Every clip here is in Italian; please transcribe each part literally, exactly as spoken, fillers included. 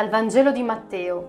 Dal Vangelo di Matteo.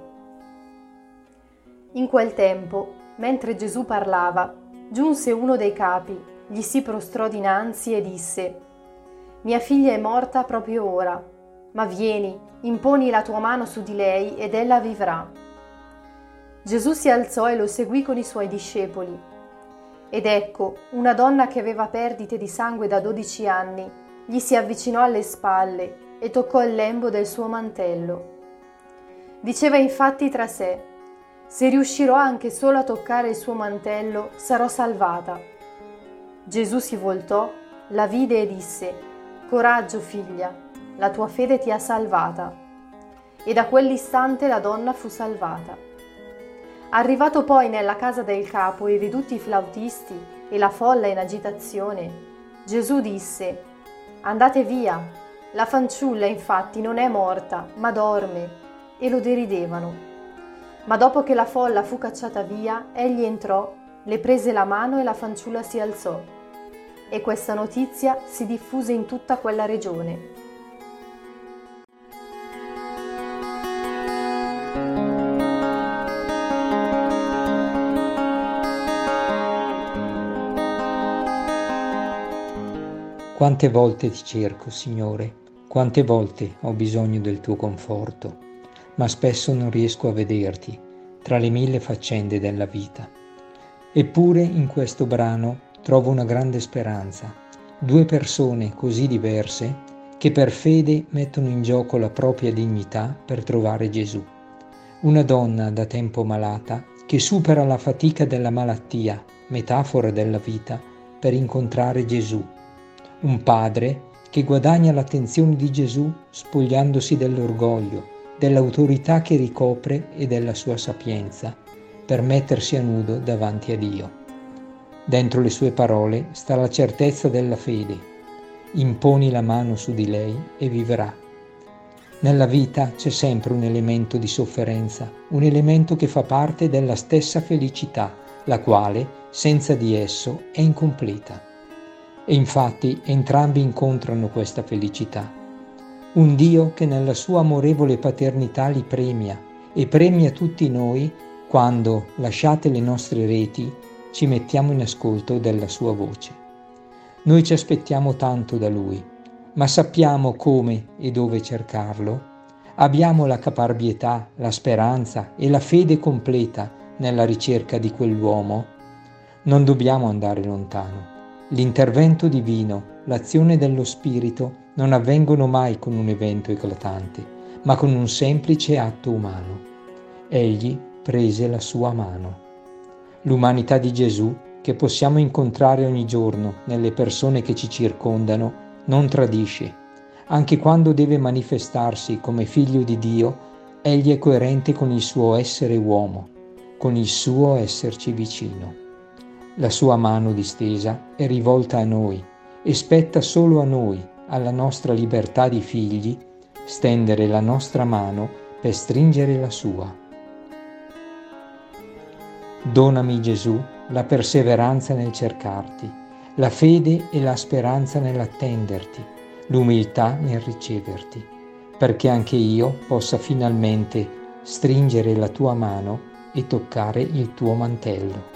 In quel tempo, mentre Gesù parlava, giunse uno dei capi, gli si prostrò dinanzi e disse: «Mia figlia è morta proprio ora, ma vieni, imponi la tua mano su di lei ed ella vivrà». Gesù si alzò e lo seguì con i suoi discepoli. Ed ecco, una donna che aveva perdite di sangue da dodici anni gli si avvicinò alle spalle e toccò il lembo del suo mantello. Diceva infatti tra sé: «Se riuscirò anche solo a toccare il suo mantello, sarò salvata». Gesù si voltò, la vide e disse: «Coraggio, figlia, la tua fede ti ha salvata». E da quell'istante la donna fu salvata. Arrivato poi nella casa del capo e veduti i flautisti e la folla in agitazione, Gesù disse: «Andate via, la fanciulla infatti non è morta, ma dorme». E lo deridevano. Ma dopo che la folla fu cacciata via, egli entrò, le prese la mano e la fanciulla si alzò. E questa notizia si diffuse in tutta quella regione. Quante volte ti cerco, Signore, quante volte ho bisogno del tuo conforto, ma spesso non riesco a vederti tra le mille faccende della vita. Eppure in questo brano trovo una grande speranza, due persone così diverse che per fede mettono in gioco la propria dignità per trovare Gesù. Una donna da tempo malata che supera la fatica della malattia, metafora della vita, per incontrare Gesù. Un padre che guadagna l'attenzione di Gesù spogliandosi dell'orgoglio, dell'autorità che ricopre e della sua sapienza, per mettersi a nudo davanti a Dio. Dentro le sue parole sta la certezza della fede. Imponi la mano su di lei e vivrà. Nella vita c'è sempre un elemento di sofferenza, un elemento che fa parte della stessa felicità, la quale, senza di esso, è incompleta. E infatti entrambi incontrano questa felicità. Un Dio che nella sua amorevole paternità li premia e premia tutti noi quando, lasciate le nostre reti, ci mettiamo in ascolto della sua voce. Noi ci aspettiamo tanto da Lui, ma sappiamo come e dove cercarlo? Abbiamo la caparbietà, la speranza e la fede completa nella ricerca di quell'uomo? Non dobbiamo andare lontano. L'intervento divino, l'azione dello Spirito non avvengono mai con un evento eclatante, ma con un semplice atto umano. Egli prese la sua mano. L'umanità di Gesù, che possiamo incontrare ogni giorno nelle persone che ci circondano, non tradisce. Anche quando deve manifestarsi come figlio di Dio, egli è coerente con il suo essere uomo, con il suo esserci vicino. La sua mano distesa è rivolta a noi e spetta solo a noi, alla nostra libertà di figli, stendere la nostra mano per stringere la sua. Donami, Gesù, la perseveranza nel cercarti, la fede e la speranza nell'attenderti, l'umiltà nel riceverti, perché anche io possa finalmente stringere la tua mano e toccare il tuo mantello.